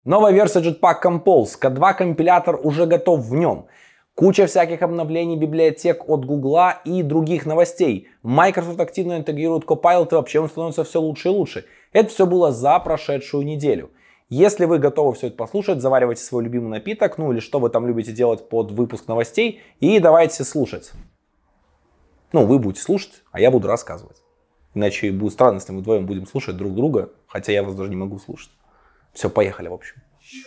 Новая версия Jetpack Compose, K2 компилятор уже готов в нем. Куча всяких обновлений библиотек от Гугла и других новостей. Microsoft активно интегрирует Copilot, и вообще он становится все лучше и лучше. Это все было за прошедшую неделю. Если вы готовы все это послушать, заваривайте свой любимый напиток, ну или что вы там любите делать под выпуск новостей, и давайте слушать. Ну, вы будете слушать, а я буду рассказывать. Иначе будет странно, если мы вдвоем будем слушать друг друга, хотя я вас даже не могу слушать. Все, поехали, в общем.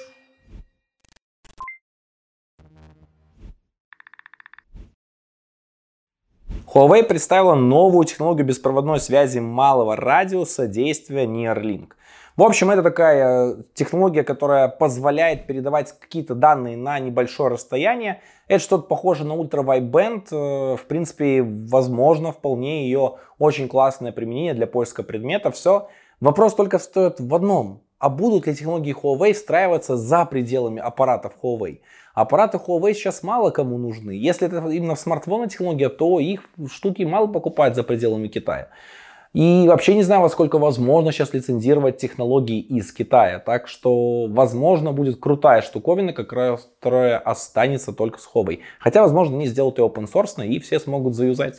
Huawei представила новую технологию беспроводной связи малого радиуса действия Neuralink. В общем, это такая технология, которая позволяет передавать какие-то данные на небольшое расстояние. Это что-то похоже на ультра-вайдбенд. В принципе, возможно, вполне ее очень классное применение для поиска предметов. Все. Вопрос только встает в одном. А будут ли технологии Huawei встраиваться за пределами аппаратов Huawei? Аппараты Huawei сейчас мало кому нужны. Если это именно в смартфоне технология, то их штуки мало покупают за пределами Китая. И вообще не знаю, во сколько возможно сейчас лицензировать технологии из Китая. Так что, возможно, будет крутая штуковина, которая останется только с Huawei. Хотя, возможно, они сделают ее open source и все смогут заюзать.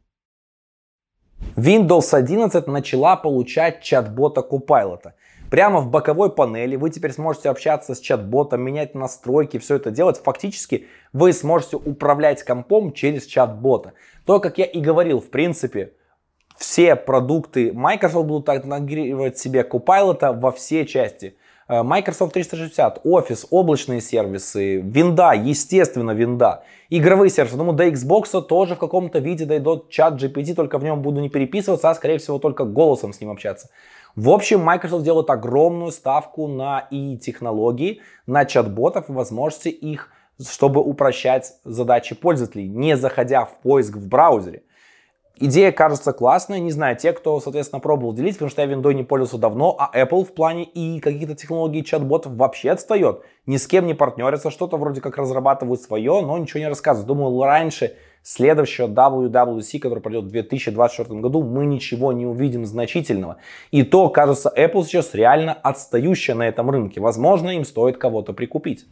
Windows 11 начала получать чат-бота Copilot. Прямо в боковой панели вы теперь сможете общаться с чат-ботом, менять настройки, все это делать. Фактически вы сможете управлять компом через чат-бота. То, как я и говорил, в принципе, все продукты Microsoft будут интегрировать в себе Copilot во все части. Microsoft 360, Office, облачные сервисы, винда, естественно винда, игровые сервисы. Думаю, до Xbox тоже в каком-то виде дойдет чат GPT, только в нем буду не переписываться, а скорее всего только голосом с ним общаться. В общем, Microsoft делает огромную ставку на ИИ-технологии, на чат-ботов и возможности их, чтобы упрощать задачи пользователей, не заходя в поиск в браузере. Идея кажется классной, не знаю, те, кто, соответственно, пробовал делить, потому что я виндой не пользовался давно, а Apple в плане и каких-то технологий чат-ботов вообще отстает. Ни с кем не партнерится, что-то вроде как разрабатывают свое, но ничего не рассказывают. Думаю, раньше следующего WWDC, который пройдет в 2024 году, мы ничего не увидим значительного. И то, кажется, Apple сейчас реально отстающая на этом рынке. Возможно, им стоит кого-то прикупить.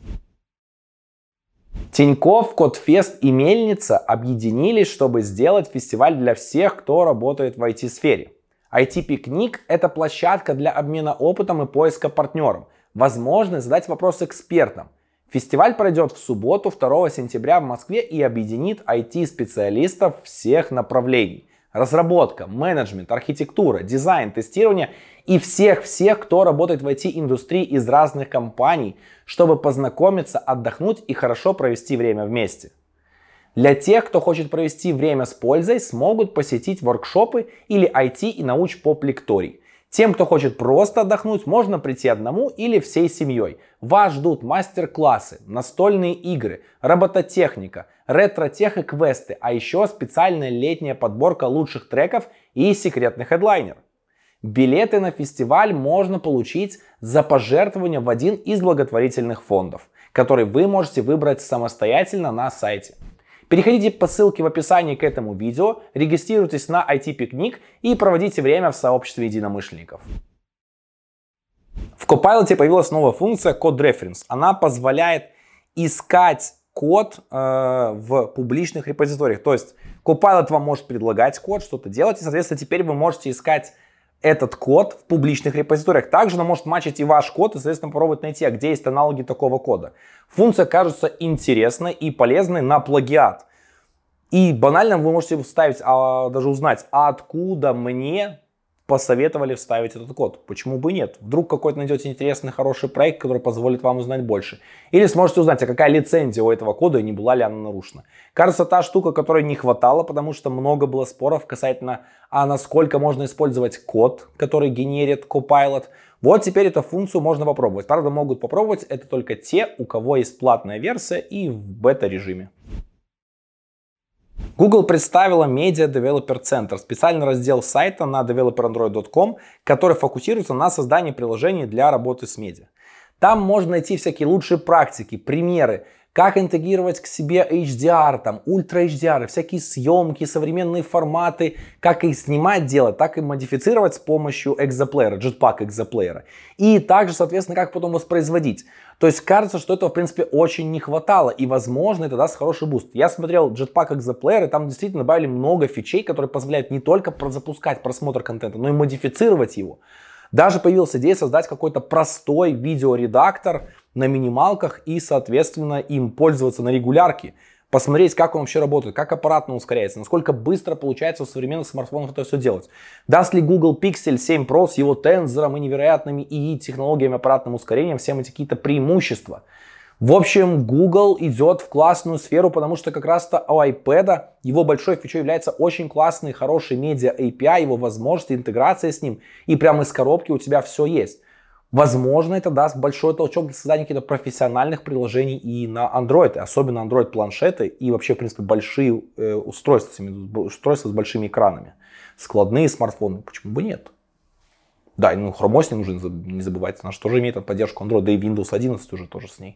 Тинькофф, Кодфест и Мельница объединились, чтобы сделать фестиваль для всех, кто работает в IT-сфере. IT-пикник – это площадка для обмена опытом и поиска партнеров. Возможность задать вопрос экспертам. Фестиваль пройдет в субботу, 2 сентября в Москве и объединит IT-специалистов всех направлений. Разработка, менеджмент, архитектура, дизайн, тестирование и всех, кто работает в IT-индустрии из разных компаний, чтобы познакомиться, отдохнуть и хорошо провести время вместе. Для тех, кто хочет провести время с пользой, смогут посетить воркшопы или IT и науч-поп лекторий. Тем, кто хочет просто отдохнуть, можно прийти одному или всей семьей. Вас ждут мастер-классы, настольные игры, робототехника, ретро-тех и квесты, а еще специальная летняя подборка лучших треков и секретный хедлайнер. Билеты на фестиваль можно получить за пожертвование в один из благотворительных фондов, который вы можете выбрать самостоятельно на сайте. Переходите по ссылке в описании к этому видео, регистрируйтесь на IT-пикник и проводите время в сообществе единомышленников. В Copilot появилась новая функция Code Reference. Она позволяет искать код в публичных репозиториях. То есть Copilot вам может предлагать код, что-то делать, и, соответственно, теперь вы можете искать этот код в публичных репозиториях. Также она может матчить и ваш код, и, соответственно, попробовать найти, а где есть аналоги такого кода. Функция кажется интересной и полезной на плагиат. И банально вы можете вставить, даже узнать, откуда мне посоветовали вставить этот код. Почему бы и нет? Вдруг какой-то найдете интересный, хороший проект, который позволит вам узнать больше. Или сможете узнать, а какая лицензия у этого кода и не была ли она нарушена. Кажется, та штука, которой не хватало, потому что много было споров касательно, насколько можно использовать код, который генерит Copilot. Вот теперь эту функцию можно попробовать. Правда, могут попробовать это только те, у кого есть платная версия и в бета-режиме. Google представила Media Developer Center, специальный раздел сайта на developerandroid.com, который фокусируется на создании приложений для работы с медиа. Там можно найти всякие лучшие практики, примеры, как интегрировать к себе HDR, там, Ultra HDR, всякие съемки, современные форматы, как их снимать делать, так и модифицировать с помощью экзоплеера, Jetpack экзоплеера. И также, соответственно, как потом воспроизводить. То есть кажется, что этого, в принципе, очень не хватало, и, возможно, это даст хороший буст. Я смотрел Jetpack экзоплеер, и там действительно добавили много фичей, которые позволяют не только запускать просмотр контента, но и модифицировать его. Даже появилась идея создать какой-то простой видеоредактор на минималках и, соответственно, им пользоваться на регулярке. Посмотреть, как он вообще работает, как аппаратно ускоряется, насколько быстро получается у современных смартфонов это все делать. Даст ли Google Pixel 7 Pro с его тензором и невероятными ИИ-технологиями аппаратным ускорением всем эти какие-то преимущества? В общем, Google идет в классную сферу, потому что как раз-то у iPad его большой фичой является очень классный, хороший медиа API, его возможности, интеграция с ним. И прямо из коробки у тебя все есть. Возможно, это даст большой толчок для создания каких-то профессиональных приложений и на Android, особенно Android-планшеты и вообще, в принципе, большие устройства с большими экранами. Складные смартфоны, почему бы нет? Да, ну Chrome OS не нужно не забывать, она же тоже имеет поддержку Android, да и Windows 11 уже тоже с ней.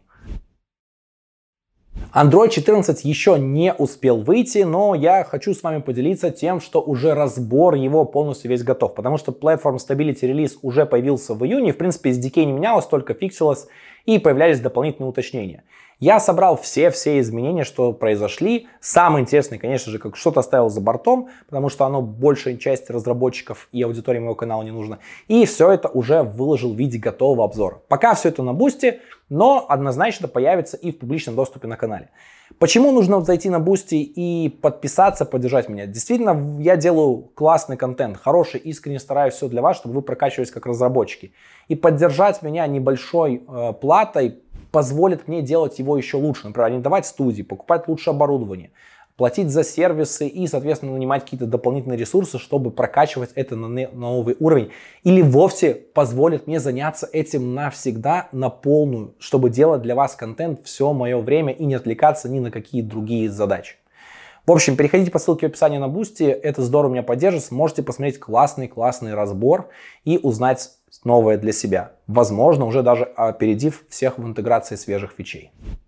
Android 14 еще не успел выйти, но я хочу с вами поделиться тем, что уже разбор его полностью весь готов, потому что Platform Stability релиз уже появился в июне, в принципе SDK не менялось, только фиксилось и появлялись дополнительные уточнения. Я собрал все изменения, что произошли. Самое интересное, конечно же, как что-то оставил за бортом, потому что оно большей части разработчиков и аудитории моего канала не нужно. И все это уже выложил в виде готового обзора. Пока все это на бусте, но однозначно появится и в публичном доступе на канале. Почему нужно зайти на Boosty и подписаться, поддержать меня? Действительно, я делаю классный контент, хороший, искренне стараюсь все для вас, чтобы вы прокачивались как разработчики. И поддержать меня небольшой платой позволит мне делать его еще лучше. Например, арендовать студии, покупать лучше оборудование, платить за сервисы и, соответственно, нанимать какие-то дополнительные ресурсы, чтобы прокачивать это на новый уровень. Или вовсе позволит мне заняться этим навсегда, на полную, чтобы делать для вас контент все мое время и не отвлекаться ни на какие другие задачи. В общем, переходите по ссылке в описании на Boosty, это здорово меня поддержит, сможете посмотреть классный разбор и узнать новое для себя. Возможно, уже даже опередив всех в интеграции свежих фичей.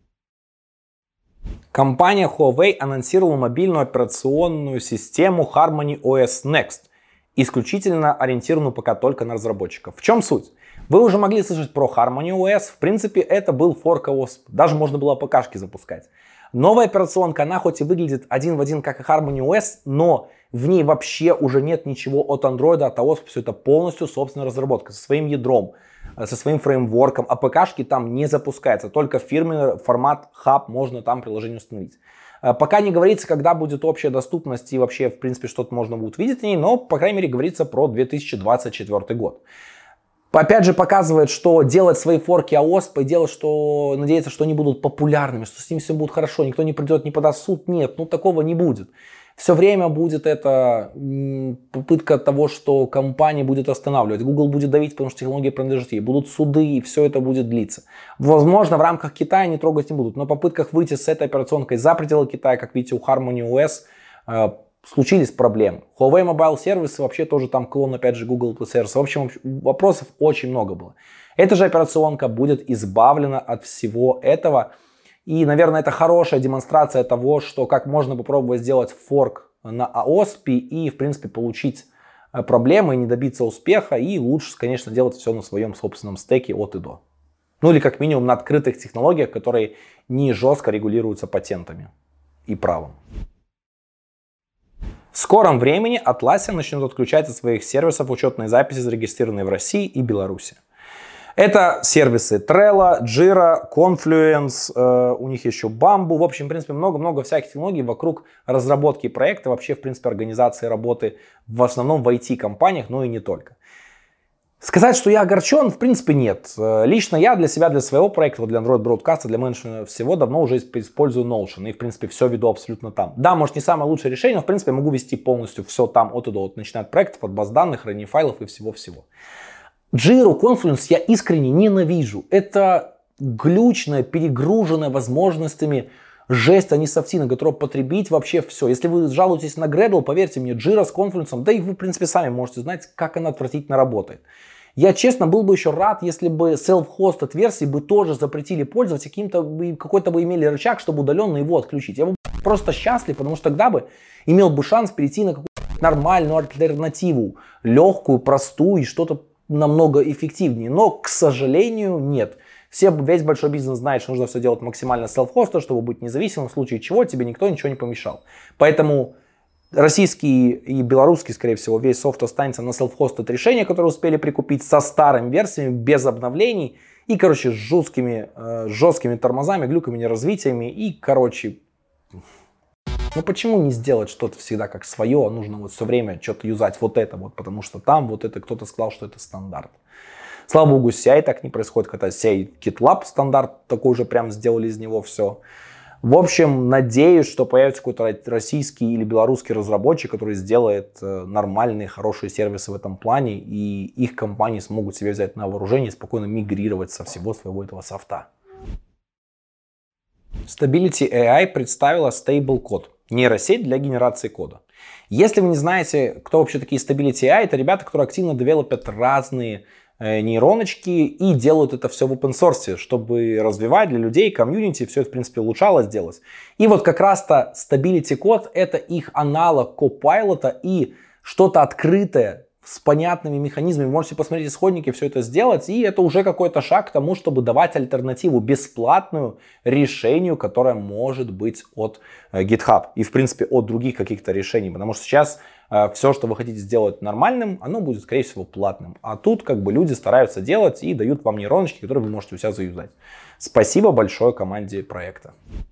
Компания Huawei анонсировала мобильную операционную систему Harmony OS Next, исключительно ориентированную пока только на разработчиков. В чем суть? Вы уже могли слышать про Harmony OS, в принципе это был форк OS, даже можно было АПКшки запускать. Новая операционка, она хоть и выглядит один в один как и Harmony OS, но в ней вообще уже нет ничего от Android, от iOS, все это полностью собственная разработка, со своим ядром, со своим фреймворком. АПКшки там не запускаются, только фирменный формат Hub можно там приложение установить. Пока не говорится, когда будет общая доступность и вообще, в принципе, что-то можно будет видеть в ней, но, по крайней мере, говорится про 2024 год. Опять же показывает, что делать свои форки iOS, надеяться, что они будут популярными, что с ними все будет хорошо, никто не придет, не подаст в суд. Нет, ну такого не будет. Все время будет это попытка того, что компания будет останавливать, Google будет давить, потому что технология принадлежит ей, будут суды и все это будет длиться. Возможно, в рамках Китая не трогать не будут, но в попытках выйти с этой операционкой за пределы Китая, как видите, у Harmony OS случились проблемы. Huawei Mobile сервисы, вообще тоже там клон, опять же, Google Play сервисы. В общем, вопросов очень много было. Эта же операционка будет избавлена от всего этого. И, наверное, это хорошая демонстрация того, что как можно попробовать сделать форк на iOS и, в принципе, получить проблемы и не добиться успеха. И лучше, конечно, делать все на своем собственном стеке от и до. Ну или как минимум на открытых технологиях, которые не жестко регулируются патентами и правом. В скором времени Atlassian начнет отключать от своих сервисов учетные записи, зарегистрированные в России и Беларуси. Это сервисы Trello, Jira, Confluence, у них еще Bamboo. В общем, в принципе, много-много всяких технологий вокруг разработки проекта, вообще, в принципе, организации работы в основном в IT-компаниях, но и не только. Сказать, что я огорчен, в принципе, нет. Лично я для себя, для своего проекта, для Android Broadcast, для менеджмента всего давно уже использую Notion. И, в принципе, все веду абсолютно там. Да, может, не самое лучшее решение, но, в принципе, я могу вести полностью все там от и до. Начиная от проектов, от баз данных, хранения файлов и всего-всего. Jira, Confluence я искренне ненавижу. Это глючное, перегруженное возможностями жесть, а не софтина, которую потребить вообще все. Если вы жалуетесь на Gradle, поверьте мне, Jira с Confluence, да и вы, в принципе, сами можете знать, как она отвратительно работает. Я, честно, был бы еще рад, если бы self-hosted версии бы тоже запретили пользоваться, какой-то бы имели рычаг, чтобы удаленно его отключить. Я бы просто счастлив, потому что тогда бы имел бы шанс перейти на какую-то нормальную альтернативу, легкую, простую и что-то намного эффективнее. Но, к сожалению, нет. Весь большой бизнес знает, что нужно все делать максимально self-hosted, чтобы быть независимым, в случае чего тебе никто ничего не помешал. Поэтому российский и белорусский, скорее всего, весь софт останется на self-hosted решения, которые успели прикупить со старыми версиями, без обновлений и, короче, с жесткими тормозами, глюками, развитиями и, короче, ну почему не сделать что-то всегда как свое, а нужно вот все время что-то юзать вот это вот, потому что там вот это кто-то сказал, что это стандарт. Слава богу, с CI так не происходит, когда CI GitLab стандарт такой же прям сделали из него все. В общем, надеюсь, что появится какой-то российский или белорусский разработчик, который сделает нормальные, хорошие сервисы в этом плане, и их компании смогут себе взять на вооружение и спокойно мигрировать со всего своего этого софта. Stability AI представила Stable-код, нейросеть для генерации кода. Если вы не знаете, кто вообще такие Stability AI, это ребята, которые активно девелопят разные нейроночки и делают это все в open source, чтобы развивать для людей, комьюнити, все это в принципе улучшалось, делалось. И вот как раз-то Stability код это их аналог Copilot и что-то открытое с понятными механизмами. Вы можете посмотреть исходники, все это сделать, и это уже какой-то шаг к тому, чтобы давать альтернативу бесплатную решению, которое может быть от GitHub и в принципе от других каких-то решений, потому что сейчас все, что вы хотите сделать нормальным, оно будет, скорее всего, платным. А тут как бы люди стараются делать и дают вам нейроночки, которые вы можете у себя заюзать. Спасибо большое команде проекта.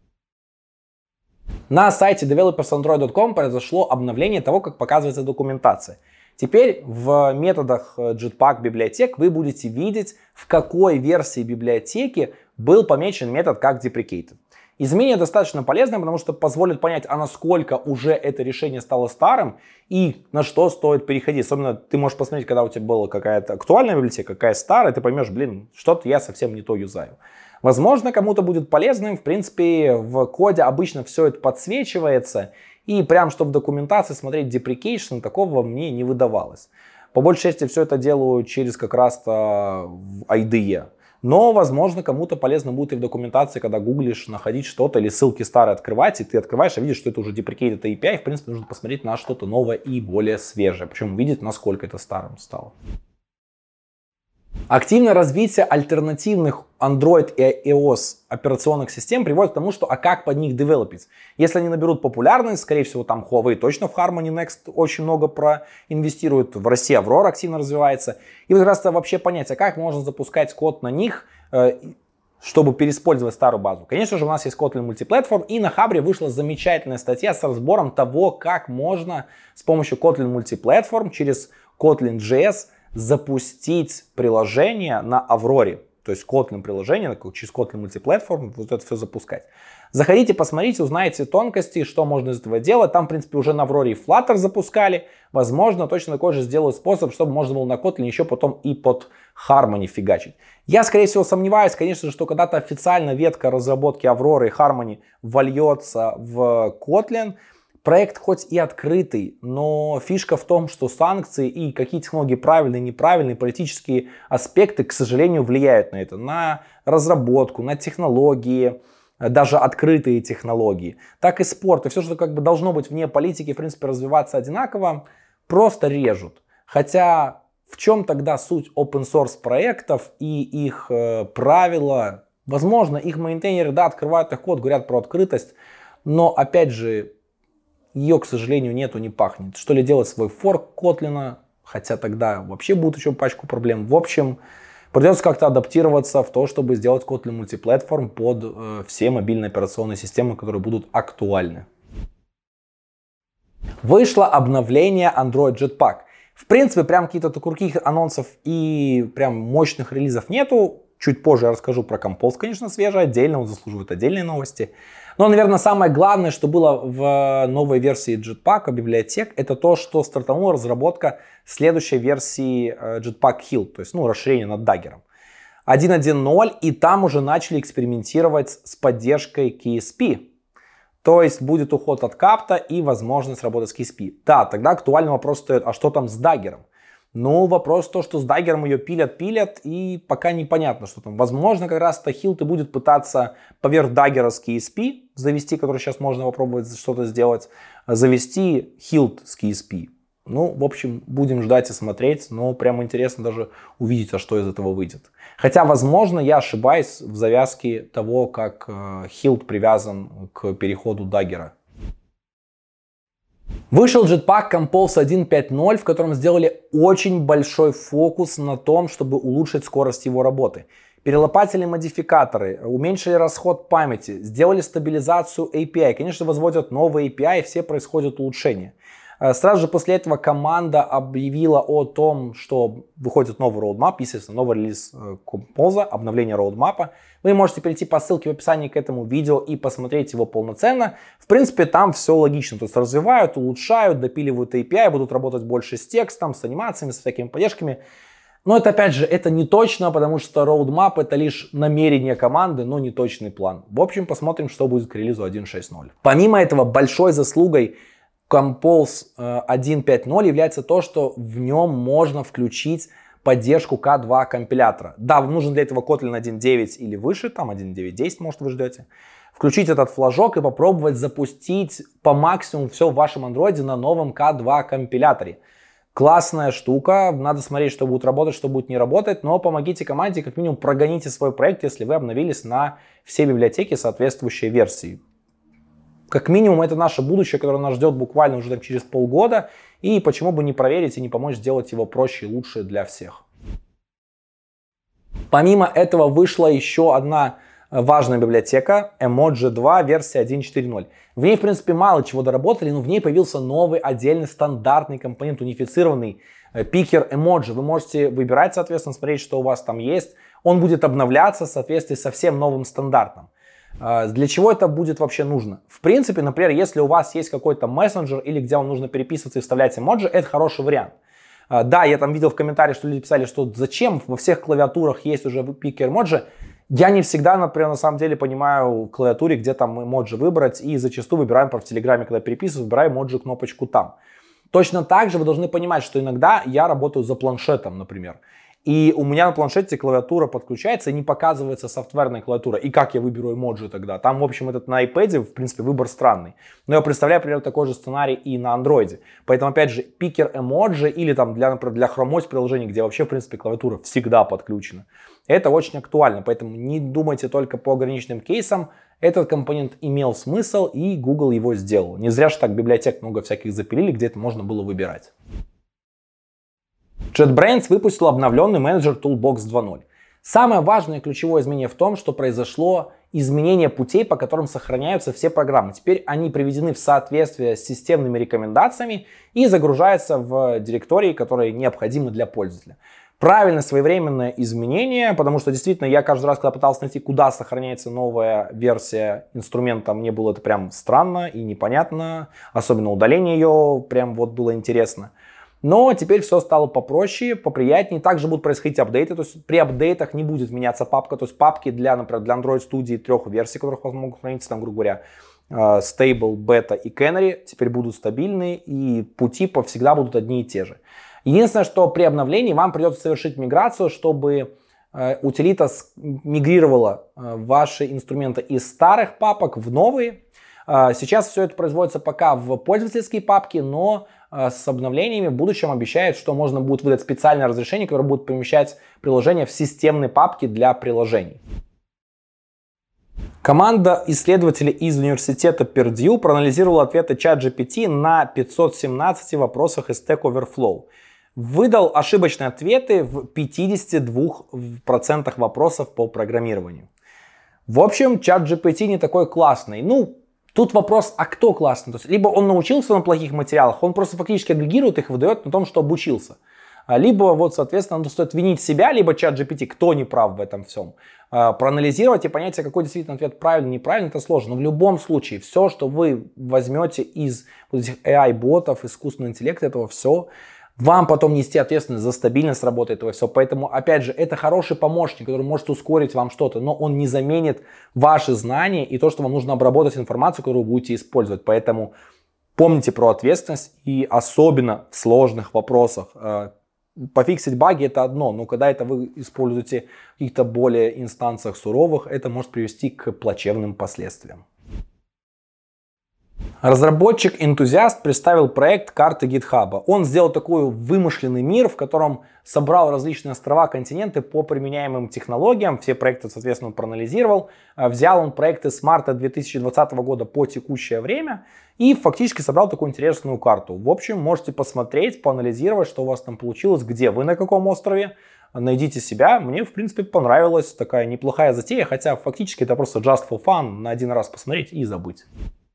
На сайте developersandroid.com произошло обновление того, как показывается документация. Теперь в методах Jetpack библиотек вы будете видеть, в какой версии библиотеки был помечен метод как deprecated. Изменение достаточно полезное, потому что позволит понять, а насколько уже это решение стало старым и на что стоит переходить. Особенно ты можешь посмотреть, когда у тебя была какая-то актуальная библиотека, какая старая, ты поймешь, блин, что-то я совсем не то юзаю. Возможно, кому-то будет полезным. В принципе, в коде обычно все это подсвечивается. И прям, чтобы в документации смотреть deprecation, такого мне не выдавалось. По большей части все это делаю через как раз-то в IDE. Но, возможно, кому-то полезно будет и в документации, когда гуглишь, находить что-то или ссылки старые открывать, и ты открываешь и видишь, что это уже deprecated API, и, в принципе, нужно посмотреть на что-то новое и более свежее. Причем увидеть, насколько это старым стало. Активное развитие альтернативных Android и iOS операционных систем приводит к тому, что а как под них девелопить? Если они наберут популярность, скорее всего там Huawei точно в Harmony Next очень много проинвестирует, в России Aurora активно развивается. И вот как раз вообще понять, а как можно запускать код на них, чтобы переиспользовать старую базу. Конечно же, у нас есть Kotlin Multiplatform, и на Хабре вышла замечательная статья с разбором того, как можно с помощью Kotlin Multiplatform через Kotlin JS запустить приложение на Авроре, то есть Kotlin приложение, через Kotlin Multiplatform, вот это все запускать. Заходите, посмотрите, узнаете тонкости, что можно из этого делать. Там, в принципе, уже на Авроре и Flutter запускали. Возможно, точно такой же сделают способ, чтобы можно было на Kotlin еще потом и под Harmony фигачить. Я, скорее всего, сомневаюсь, конечно же, что когда-то официально ветка разработки Авроры и Harmony вольется в Kotlin. Проект хоть и открытый, но фишка в том, что санкции и какие технологии правильные, неправильные, политические аспекты, к сожалению, влияют на это. На разработку, на технологии, даже открытые технологии. Так и спорт. И все, что как бы должно быть вне политики, в принципе, развиваться одинаково, просто режут. Хотя в чем тогда суть open source проектов и их правила? Возможно, их мейнтейнеры, да, открывают их код, говорят про открытость, но опять же, ее, к сожалению, нету, не пахнет. Что ли делать свой форк Kotlin, хотя тогда вообще будет еще пачку проблем. В общем, придется как-то адаптироваться в то, чтобы сделать Kotlin Multiplatform под все мобильные операционные системы, которые будут актуальны. Вышло обновление Android Jetpack. В принципе, прям каких-то крутых анонсов и прям мощных релизов нету. Чуть позже я расскажу про Compose, конечно, свежий, отдельно, он заслуживает отдельной новости. Но, наверное, самое главное, что было в новой версии Jetpack библиотек, это то, что стартанула разработка следующей версии Jetpack Hill, то есть, расширение над Dagger. 1.1.0, и там уже начали экспериментировать с поддержкой KSP. То есть будет уход от капта и возможность работать с KSP. Да, тогда актуальный вопрос стоит, а что там с Dagger? Но вопрос то, что с Dagger ее пилят, и пока непонятно, что там. Возможно, как раз-то Hilt и будет пытаться поверх Dagger с KSP завести, который сейчас можно попробовать что-то сделать, завести Hilt с KSP. Ну, в общем, будем ждать и смотреть, но прям интересно даже увидеть, а что из этого выйдет. Хотя, возможно, я ошибаюсь в завязке того, как Hilt привязан к переходу Dagger. Вышел Jetpack Compulse 1.5.0, в котором сделали очень большой фокус на том, чтобы улучшить скорость его работы. Перелопатили модификаторы, уменьшили расход памяти, сделали стабилизацию API. Конечно, возводят новые API, и все происходят улучшения. Сразу же после этого команда объявила о том, что выходит новый роудмап, естественно, новый релиз Compulse, обновление роудмапа. Вы можете перейти по ссылке в описании к этому видео и посмотреть его полноценно. В принципе, там все логично. То есть развивают, улучшают, допиливают API, будут работать больше с текстом, с анимациями, с всякими поддержками. Но это, опять же, это не точно, потому что roadmap это лишь намерение команды, но не точный план. В общем, посмотрим, что будет к релизу 1.6.0. Помимо этого, большой заслугой Compulse 1.5.0 является то, что в нем можно включить поддержку K2 компилятора. Да, вам нужен для этого Kotlin 1.9 или выше, там 1.9.10, может, вы ждете. Включить этот флажок и попробовать запустить по максимуму все в вашем андроиде на новом K2 компиляторе. Классная штука, надо смотреть, что будет работать, что будет не работать, но помогите команде, как минимум прогоните свой проект, если вы обновились на все библиотеки соответствующей версии. Как минимум, это наше будущее, которое нас ждет буквально уже через полгода. И почему бы не проверить и не помочь сделать его проще и лучше для всех. Помимо этого вышла еще одна важная библиотека Emoji 2 версия 1.4.0. В ней, в принципе, мало чего доработали, но в ней появился новый отдельный стандартный компонент, унифицированный пикер Emoji. Вы можете выбирать, соответственно, смотреть, что у вас там есть. Он будет обновляться в соответствии со всем новым стандартом. Для чего это будет вообще нужно? В принципе, например, если у вас есть какой-то мессенджер или где вам нужно переписываться и вставлять эмоджи, это хороший вариант. Да, я там видел в комментариях, что люди писали, что зачем во всех клавиатурах есть уже пикер эмоджи. Я не всегда, например, на самом деле понимаю в клавиатуре, где там эмоджи выбрать, и зачастую выбираем, в Телеграме, когда переписываю, выбираю эмоджи кнопочку там. Точно так же вы должны понимать, что иногда я работаю за планшетом, например. И у меня на планшете клавиатура подключается и не показывается софтверная клавиатура. И как я выберу эмоджи тогда? Там, в общем, этот на iPad, в принципе, выбор странный. Но я представляю, например, такой же сценарий и на Android. Поэтому, опять же, пикер эмоджи или там например, для Chrome OS приложений, где вообще, в принципе, клавиатура всегда подключена. Это очень актуально. Поэтому не думайте только по ограниченным кейсам. Этот компонент имел смысл, и Google его сделал. Не зря же так библиотек много всяких запилили, где это можно было выбирать. JetBrains выпустил обновленный менеджер Toolbox 2.0. Самое важное и ключевое изменение в том, что произошло изменение путей, по которым сохраняются все программы. Теперь они приведены в соответствие с системными рекомендациями и загружаются в директории, которые необходимы для пользователя. Правильно, своевременное изменение, потому что действительно я каждый раз, когда пытался найти, куда сохраняется новая версия инструмента, мне было это прям странно и непонятно. Особенно удаление ее прям вот было интересно. Но теперь все стало попроще, поприятнее. Также будут происходить апдейты. То есть при апдейтах не будет меняться папка. То есть папки для, например, для Android Studio 3 версий, которых могут храниться, там, грубо говоря, Stable, Beta и Canary, теперь будут стабильны. И пути всегда будут одни и те же. Единственное, что при обновлении вам придется совершить миграцию, чтобы утилита мигрировала ваши инструменты из старых папок в новые. Сейчас все это производится пока в пользовательские папки, но с обновлениями в будущем обещают, что можно будет выдать специальное разрешение, которое будет помещать приложение в системные папки для приложений. Команда исследователей из университета Purdue проанализировала ответы ChatGPT на 517 вопросах из Stack Overflow. Выдал ошибочные ответы в 52% вопросов по программированию. В общем, ChatGPT не такой классный. Тут вопрос, а кто классный? То есть, либо он научился на плохих материалах, он просто фактически агрегирует их и выдает на том, что обучился. Либо, соответственно, стоит винить себя, либо ChatGPT, кто не прав в этом всем. Проанализировать и понять, какой действительно ответ правильный, неправильный, это сложно. Но в любом случае, все, что вы возьмете из этих AI-ботов, искусственного интеллекта, этого все, вам потом нести ответственность за стабильность работы этого всего. Поэтому, опять же, это хороший помощник, который может ускорить вам что-то, но он не заменит ваши знания и то, что вам нужно обработать информацию, которую вы будете использовать. Поэтому помните про ответственность и особенно в сложных вопросах Пофиксить баги это одно, но когда это вы используете в каких-то более инстанциях суровых, это может привести к плачевным последствиям. Разработчик-энтузиаст представил проект карты GitHub. Он сделал такой вымышленный мир, в котором собрал различные острова, континенты по применяемым технологиям. Все проекты, соответственно, он проанализировал. Взял он проекты с марта 2020 года по текущее время и фактически собрал такую интересную карту. В общем, можете посмотреть, поанализировать, что у вас там получилось, где вы, на каком острове. Найдите себя. Мне, в принципе, понравилась такая неплохая затея, хотя фактически это просто just for fun, на один раз посмотреть и забыть.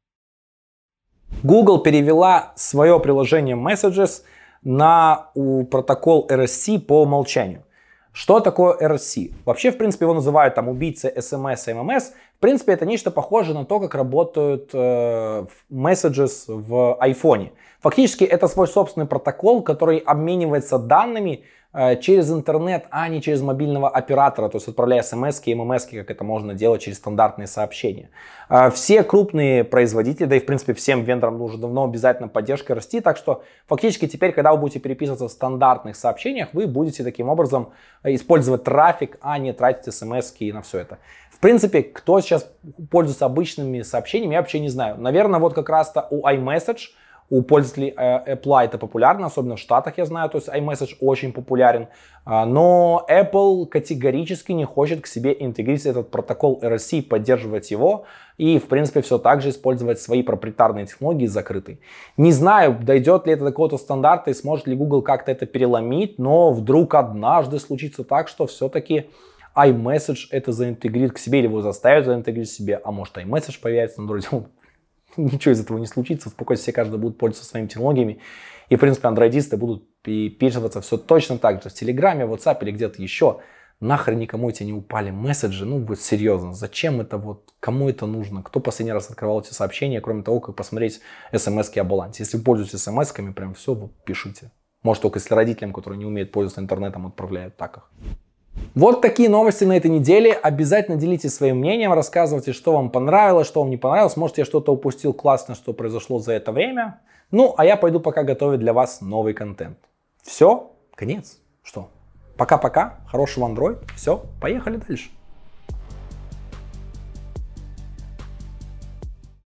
Google перевела свое приложение Messages на протокол RSC по умолчанию. Что такое RSC? Вообще, в принципе, его называют там убийцей SMS и MMS. В принципе, это нечто похожее на то, как работают Messages в iPhone. Фактически, это свой собственный протокол, который обменивается данными через интернет, а не через мобильного оператора, то есть отправляя смс-ки и ммс-ки, как это можно делать через стандартные сообщения. Все крупные производители, да и в принципе всем вендорам уже давно обязательно поддержка RST, так что фактически теперь, когда вы будете переписываться в стандартных сообщениях, вы будете таким образом использовать трафик, а не тратить смс-ки на все это. В принципе, кто сейчас пользуется обычными сообщениями, я вообще не знаю. Наверное, вот как раз-то у iMessage, у пользователей Apple это популярно, особенно в Штатах, я знаю, то есть iMessage очень популярен, но Apple категорически не хочет к себе интегрировать этот протокол RSC, поддерживать его и, в принципе, все так же использовать свои проприетарные технологии закрытые. Не знаю, дойдет ли это до какого-то стандарта и сможет ли Google как-то это переломить, но вдруг однажды случится так, что все-таки iMessage это заинтегрирует к себе или его заставят заинтегрировать к себе, а может iMessage появится на Android. Ничего из этого не случится, спокойно все каждый будет пользоваться своими технологиями. И, в принципе, андроидисты будут переписываться все точно так же в Телеграме, в WhatsApp или где-то еще. Нахрен никому эти не упали месседжи, ну, вот серьезно, зачем это вот, кому это нужно? Кто последний раз открывал эти сообщения, кроме того, как посмотреть смс-ки о балансе? Если пользуетесь смс-ками, прям все, вот, пишите. Может, только если родителям, которые не умеют пользоваться интернетом, отправляют так их. Вот такие новости на этой неделе. Обязательно делитесь своим мнением, рассказывайте, что вам понравилось, что вам не понравилось. Может, я что-то упустил классно, что произошло за это время. Ну, а я пойду пока готовить для вас новый контент. Все, конец. Что? Пока-пока. Хорошего Android. Все, поехали дальше.